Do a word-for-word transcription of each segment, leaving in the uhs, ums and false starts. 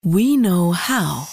We Know How.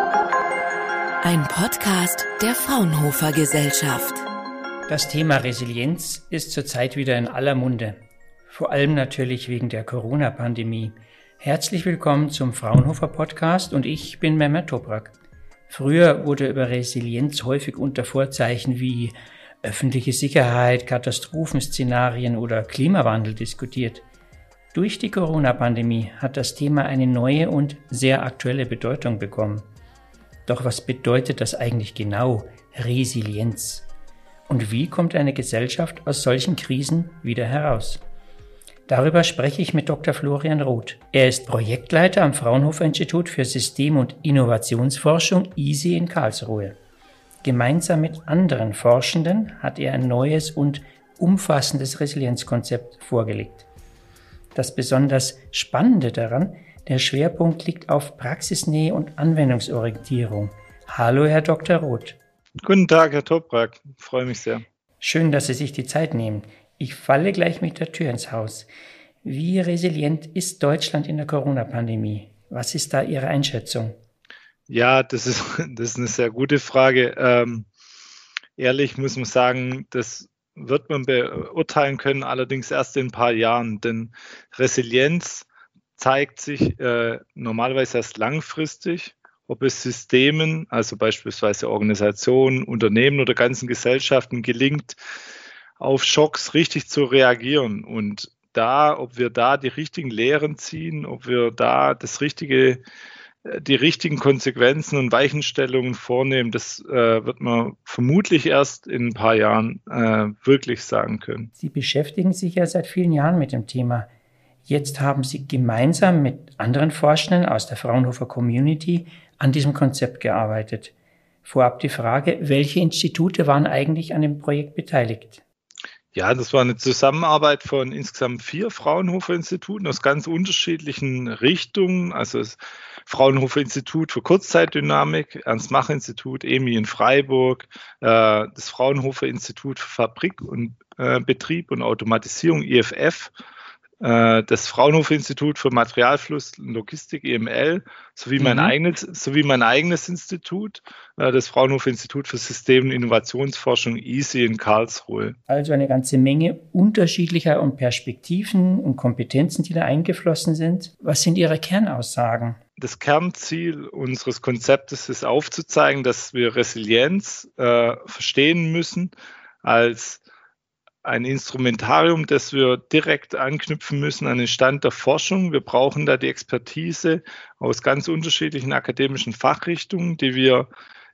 Ein Podcast der Fraunhofer Gesellschaft. Das Thema Resilienz ist zurzeit wieder in aller Munde. Vor allem natürlich wegen der Corona-Pandemie. Herzlich willkommen zum Fraunhofer Podcast und ich bin Mehmet Toprak. Früher wurde über Resilienz häufig unter Vorzeichen wie öffentliche Sicherheit, Katastrophenszenarien oder Klimawandel diskutiert. Durch die Corona-Pandemie hat das Thema eine neue und sehr aktuelle Bedeutung bekommen. Doch was bedeutet das eigentlich genau, Resilienz? Und wie kommt eine Gesellschaft aus solchen Krisen wieder heraus? Darüber spreche ich mit Doktor Florian Roth. Er ist Projektleiter am Fraunhofer Institut für System- und Innovationsforschung I S I in Karlsruhe. Gemeinsam mit anderen Forschenden hat er ein neues und umfassendes Resilienzkonzept vorgelegt. Das besonders Spannende daran, der Schwerpunkt liegt auf Praxisnähe und Anwendungsorientierung. Hallo, Herr Doktor Roth. Guten Tag, Herr Toprak. Ich freue mich sehr. Schön, dass Sie sich die Zeit nehmen. Ich falle gleich mit der Tür ins Haus. Wie resilient ist Deutschland in der Corona-Pandemie? Was ist da Ihre Einschätzung? Ja, das ist, das ist eine sehr gute Frage. Ähm, ehrlich muss man sagen, das wird man beurteilen können, allerdings erst in ein paar Jahren, denn Resilienz zeigt sich äh, normalerweise erst langfristig, ob es Systemen, also beispielsweise Organisationen, Unternehmen oder ganzen Gesellschaften gelingt, auf Schocks richtig zu reagieren und da, ob wir da die richtigen Lehren ziehen, ob wir da das richtige die richtigen Konsequenzen und Weichenstellungen vornehmen, das äh, wird man vermutlich erst in ein paar Jahren äh, wirklich sagen können. Sie beschäftigen sich ja seit vielen Jahren mit dem Thema. Jetzt haben Sie gemeinsam mit anderen Forschenden aus der Fraunhofer Community an diesem Konzept gearbeitet. Vorab die Frage, welche Institute waren eigentlich an dem Projekt beteiligt? Ja, das war eine Zusammenarbeit von insgesamt vier Fraunhofer-Instituten aus ganz unterschiedlichen Richtungen. Also das Fraunhofer-Institut für Kurzzeitdynamik, Ernst-Mach-Institut, E M I in Freiburg, äh, das Fraunhofer-Institut für Fabrik und äh, Betrieb und Automatisierung, I F F, äh, das Fraunhofer-Institut für Materialfluss und Logistik, E M L, sowie mein mhm. eigenes, sowie mein eigenes Institut, äh, das Fraunhofer-Institut für System- und Innovationsforschung, I S I in Karlsruhe. Also eine ganze Menge unterschiedlicher und Perspektiven und Kompetenzen, die da eingeflossen sind. Was sind Ihre Kernaussagen? Das Kernziel unseres Konzeptes ist aufzuzeigen, dass wir Resilienz äh, verstehen müssen als ein Instrumentarium, das wir direkt anknüpfen müssen an den Stand der Forschung. Wir brauchen da die Expertise aus ganz unterschiedlichen akademischen Fachrichtungen, die wir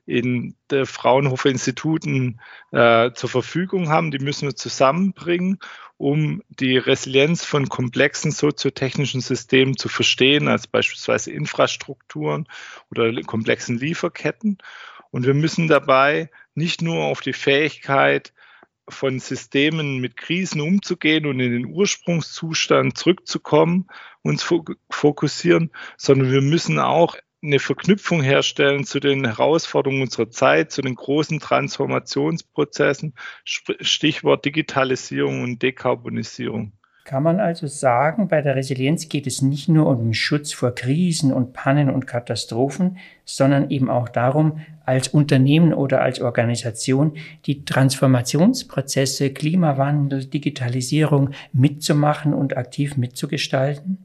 in der Fraunhofer Instituten äh, zur Verfügung haben. Die müssen wir zusammenbringen, um die Resilienz von komplexen soziotechnischen Systemen zu verstehen, als beispielsweise Infrastrukturen oder komplexen Lieferketten. Und wir müssen dabei nicht nur auf die Fähigkeit von Systemen mit Krisen umzugehen und in den Ursprungszustand zurückzukommen, uns fokussieren, sondern wir müssen auch eine Verknüpfung herstellen zu den Herausforderungen unserer Zeit, zu den großen Transformationsprozessen, Stichwort Digitalisierung und Dekarbonisierung. Kann man also sagen, bei der Resilienz geht es nicht nur um den Schutz vor Krisen und Pannen und Katastrophen, sondern eben auch darum, als Unternehmen oder als Organisation die Transformationsprozesse, Klimawandel, Digitalisierung mitzumachen und aktiv mitzugestalten?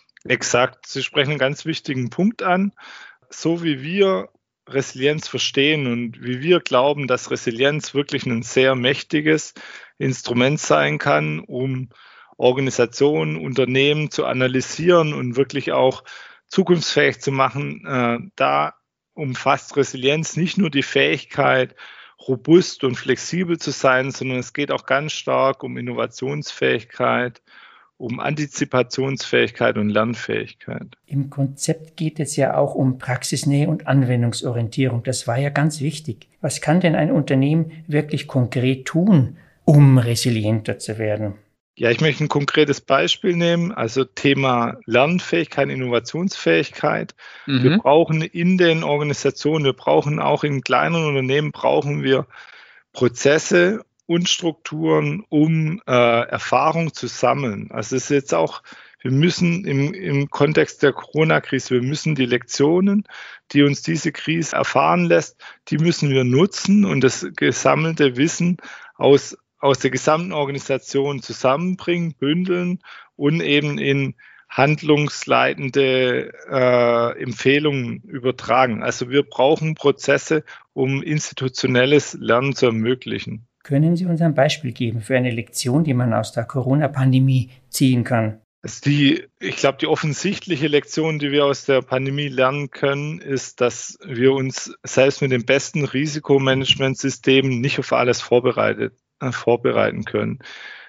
Exakt. Sie sprechen einen ganz wichtigen Punkt an. So wie wir Resilienz verstehen und wie wir glauben, dass Resilienz wirklich ein sehr mächtiges Instrument sein kann, um Organisationen, Unternehmen zu analysieren und wirklich auch zukunftsfähig zu machen. Äh, da umfasst Resilienz nicht nur die Fähigkeit, robust und flexibel zu sein, sondern es geht auch ganz stark um Innovationsfähigkeit, um Antizipationsfähigkeit und Lernfähigkeit. Im Konzept geht es ja auch um Praxisnähe und Anwendungsorientierung. Das war ja ganz wichtig. Was kann denn ein Unternehmen wirklich konkret tun, um resilienter zu werden? Ja, ich möchte ein konkretes Beispiel nehmen, also Thema Lernfähigkeit, Innovationsfähigkeit. Mhm. Wir brauchen in den Organisationen, wir brauchen auch in kleinen Unternehmen, brauchen wir Prozesse und Strukturen, um äh, Erfahrung zu sammeln. Also es ist jetzt auch Wir müssen im, im Kontext der Corona-Krise, wir müssen die Lektionen, die uns diese Krise erfahren lässt, die müssen wir nutzen und das gesammelte Wissen aus, aus der gesamten Organisation zusammenbringen, bündeln und eben in handlungsleitende äh, Empfehlungen übertragen. Also wir brauchen Prozesse, um institutionelles Lernen zu ermöglichen. Können Sie uns ein Beispiel geben für eine Lektion, die man aus der Corona-Pandemie ziehen kann? Also die, ich glaube, die offensichtliche Lektion, die wir aus der Pandemie lernen können, ist, dass wir uns selbst mit den besten Risikomanagementsystemen nicht auf alles vorbereitet, äh, vorbereiten können.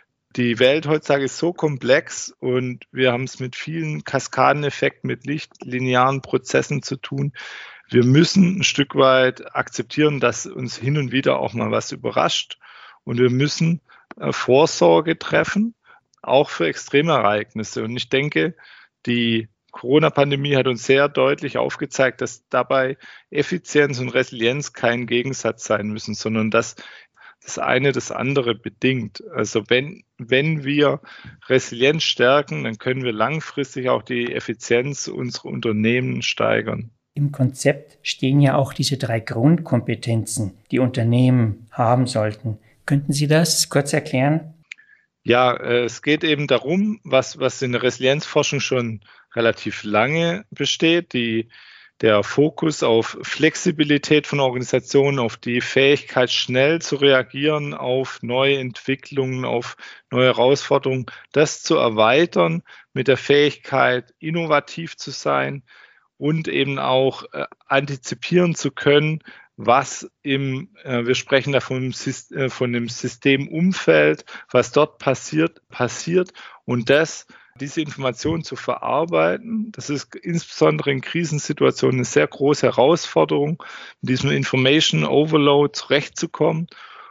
Die Welt heutzutage ist so komplex und wir haben es mit vielen Kaskadeneffekten, mit lichtlinearen Prozessen zu tun. Wir müssen ein Stück weit akzeptieren, dass uns hin und wieder auch mal was überrascht. Und wir müssen äh, Vorsorge treffen, auch für Extremereignisse. Und ich denke, die Corona-Pandemie hat uns sehr deutlich aufgezeigt, dass dabei Effizienz und Resilienz kein Gegensatz sein müssen, sondern dass das eine das andere bedingt. Also wenn, wenn wir Resilienz stärken, dann können wir langfristig auch die Effizienz unserer Unternehmen steigern. Im Konzept stehen ja auch diese drei Grundkompetenzen, die Unternehmen haben sollten. Könnten Sie das kurz erklären? Ja, es geht eben darum, was, was in der Resilienzforschung schon relativ lange besteht, die der Fokus auf Flexibilität von Organisationen, auf die Fähigkeit, schnell zu reagieren auf neue Entwicklungen, auf neue Herausforderungen, das zu erweitern mit der Fähigkeit, innovativ zu sein und eben auch äh, antizipieren zu können, was im, äh, wir sprechen da von, äh, von dem Systemumfeld, was dort passiert, passiert und das diese Informationen zu verarbeiten. Das ist insbesondere in Krisensituationen eine sehr große Herausforderung, mit diesem Information Overload zurechtzukommen,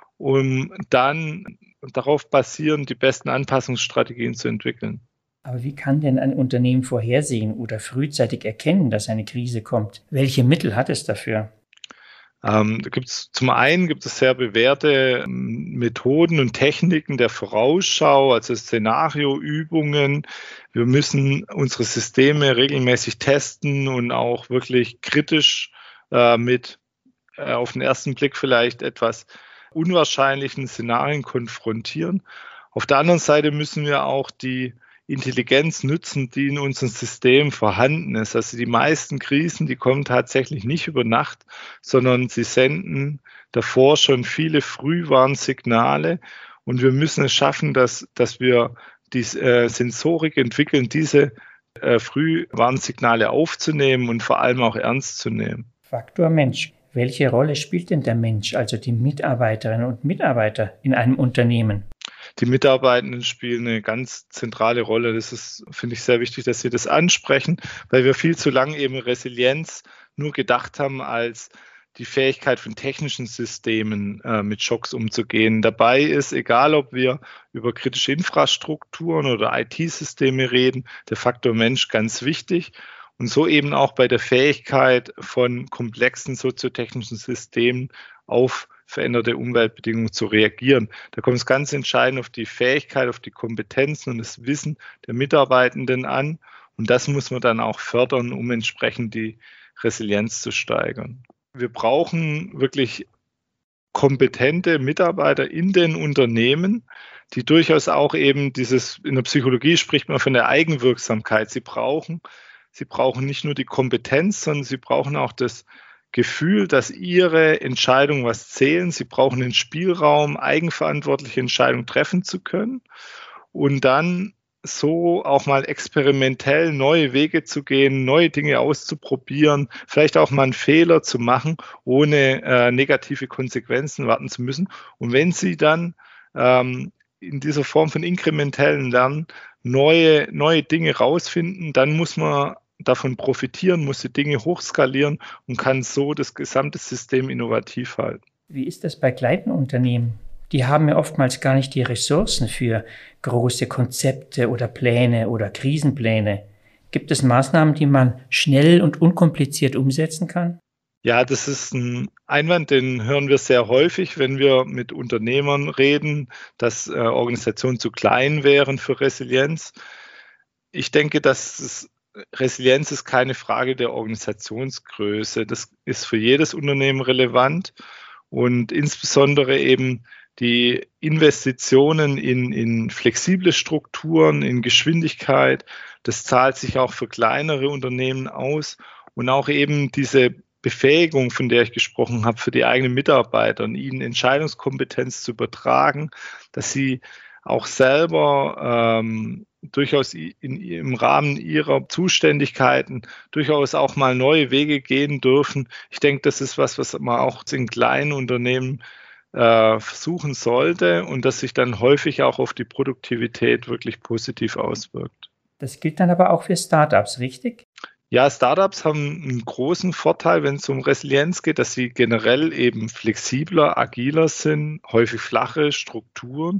um dann darauf basierend die besten Anpassungsstrategien zu entwickeln. Aber wie kann denn ein Unternehmen vorhersehen oder frühzeitig erkennen, dass eine Krise kommt? Welche Mittel hat es dafür? Ähm, da gibt's, zum einen gibt es sehr bewährte ähm, Methoden und Techniken der Vorausschau, also Szenarioübungen. Wir müssen unsere Systeme regelmäßig testen und auch wirklich kritisch äh, mit äh, auf den ersten Blick vielleicht etwas unwahrscheinlichen Szenarien konfrontieren. Auf der anderen Seite müssen wir auch die Intelligenz nützen, die in unserem System vorhanden ist. Also die meisten Krisen, die kommen tatsächlich nicht über Nacht, sondern sie senden davor schon viele Frühwarnsignale. Und wir müssen es schaffen, dass, dass wir die äh, Sensorik entwickeln, diese äh, Frühwarnsignale aufzunehmen und vor allem auch ernst zu nehmen. Faktor Mensch. Welche Rolle spielt denn der Mensch, also die Mitarbeiterinnen und Mitarbeiter in einem Unternehmen? Die Mitarbeitenden spielen eine ganz zentrale Rolle. Das ist, finde ich, sehr wichtig, dass Sie das ansprechen, weil wir viel zu lange eben Resilienz nur gedacht haben als die Fähigkeit von technischen Systemen äh, mit Schocks umzugehen. Dabei ist, egal ob wir über kritische Infrastrukturen oder I T-Systeme reden, der Faktor Mensch ganz wichtig. Und so eben auch bei der Fähigkeit von komplexen soziotechnischen Systemen auf veränderte Umweltbedingungen zu reagieren. Da kommt es ganz entscheidend auf die Fähigkeit, auf die Kompetenzen und das Wissen der Mitarbeitenden an. Und das muss man dann auch fördern, um entsprechend die Resilienz zu steigern. Wir brauchen wirklich kompetente Mitarbeiter in den Unternehmen, die durchaus auch eben dieses, in der Psychologie spricht man von der Eigenwirksamkeit. Sie brauchen, sie brauchen nicht nur die Kompetenz, sondern sie brauchen auch das Gefühl, dass ihre Entscheidungen was zählen. Sie brauchen den Spielraum, eigenverantwortliche Entscheidungen treffen zu können und dann so auch mal experimentell neue Wege zu gehen, neue Dinge auszuprobieren, vielleicht auch mal einen Fehler zu machen, ohne äh, negative Konsequenzen warten zu müssen. Und wenn sie dann ähm, in dieser Form von inkrementellen Lernen neue, neue Dinge rausfinden, dann muss man davon profitieren, muss die Dinge hochskalieren und kann so das gesamte System innovativ halten. Wie ist das bei kleinen Unternehmen? Die haben ja oftmals gar nicht die Ressourcen für große Konzepte oder Pläne oder Krisenpläne. Gibt es Maßnahmen, die man schnell und unkompliziert umsetzen kann? Ja, das ist ein Einwand, den hören wir sehr häufig, wenn wir mit Unternehmern reden, dass äh, Organisationen zu klein wären für Resilienz. ich denke, dass es, Resilienz ist keine Frage der Organisationsgröße. Das ist für jedes Unternehmen relevant und insbesondere eben die Investitionen in, in flexible Strukturen, in Geschwindigkeit, das zahlt sich auch für kleinere Unternehmen aus und auch eben diese Befähigung, von der ich gesprochen habe, für die eigenen Mitarbeiter und ihnen Entscheidungskompetenz zu übertragen, dass sie auch selber ähm, durchaus in, im Rahmen ihrer Zuständigkeiten durchaus auch mal neue Wege gehen dürfen. Ich denke, das ist was, was man auch in kleinen Unternehmen äh, versuchen sollte und das sich dann häufig auch auf die Produktivität wirklich positiv auswirkt. Das gilt dann aber auch für Startups, richtig? Ja, Startups haben einen großen Vorteil, wenn es um Resilienz geht, dass sie generell eben flexibler, agiler sind, häufig flache Strukturen.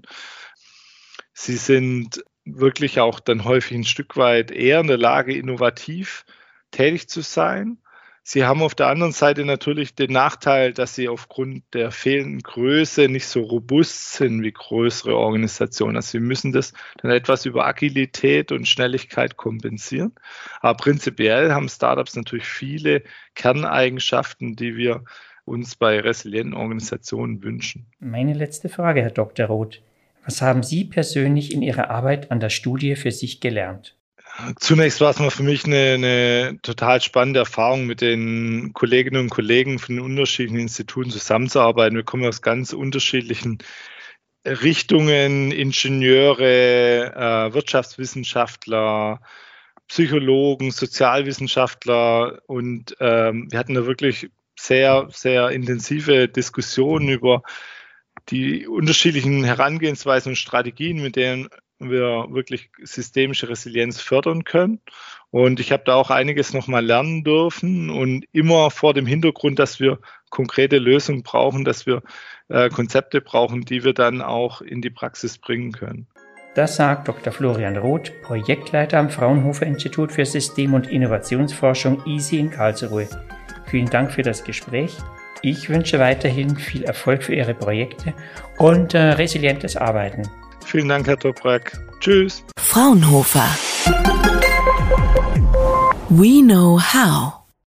Sie sind wirklich auch dann häufig ein Stück weit eher in der Lage, innovativ tätig zu sein. Sie haben auf der anderen Seite natürlich den Nachteil, dass sie aufgrund der fehlenden Größe nicht so robust sind wie größere Organisationen. Also sie müssen das dann etwas über Agilität und Schnelligkeit kompensieren. Aber prinzipiell haben Startups natürlich viele Kerneigenschaften, die wir uns bei resilienten Organisationen wünschen. Meine letzte Frage, Herr Doktor Roth. Was haben Sie persönlich in Ihrer Arbeit an der Studie für sich gelernt? Zunächst war es mal für mich eine, eine total spannende Erfahrung, mit den Kolleginnen und Kollegen von den unterschiedlichen Instituten zusammenzuarbeiten. Wir kommen aus ganz unterschiedlichen Richtungen, Ingenieure, äh, Wirtschaftswissenschaftler, Psychologen, Sozialwissenschaftler und ähm, wir hatten da wirklich sehr, sehr intensive Diskussionen über die unterschiedlichen Herangehensweisen und Strategien, mit denen wir wirklich systemische Resilienz fördern können. Und ich habe da auch einiges nochmal lernen dürfen und immer vor dem Hintergrund, dass wir konkrete Lösungen brauchen, dass wir äh, Konzepte brauchen, die wir dann auch in die Praxis bringen können. Das sagt Doktor Florian Roth, Projektleiter am Fraunhofer Institut für System- und Innovationsforschung I S I in Karlsruhe. Vielen Dank für das Gespräch. Ich wünsche weiterhin viel Erfolg für Ihre Projekte und äh, resilientes Arbeiten. Vielen Dank, Herr Toprak. Tschüss. Fraunhofer. We know how.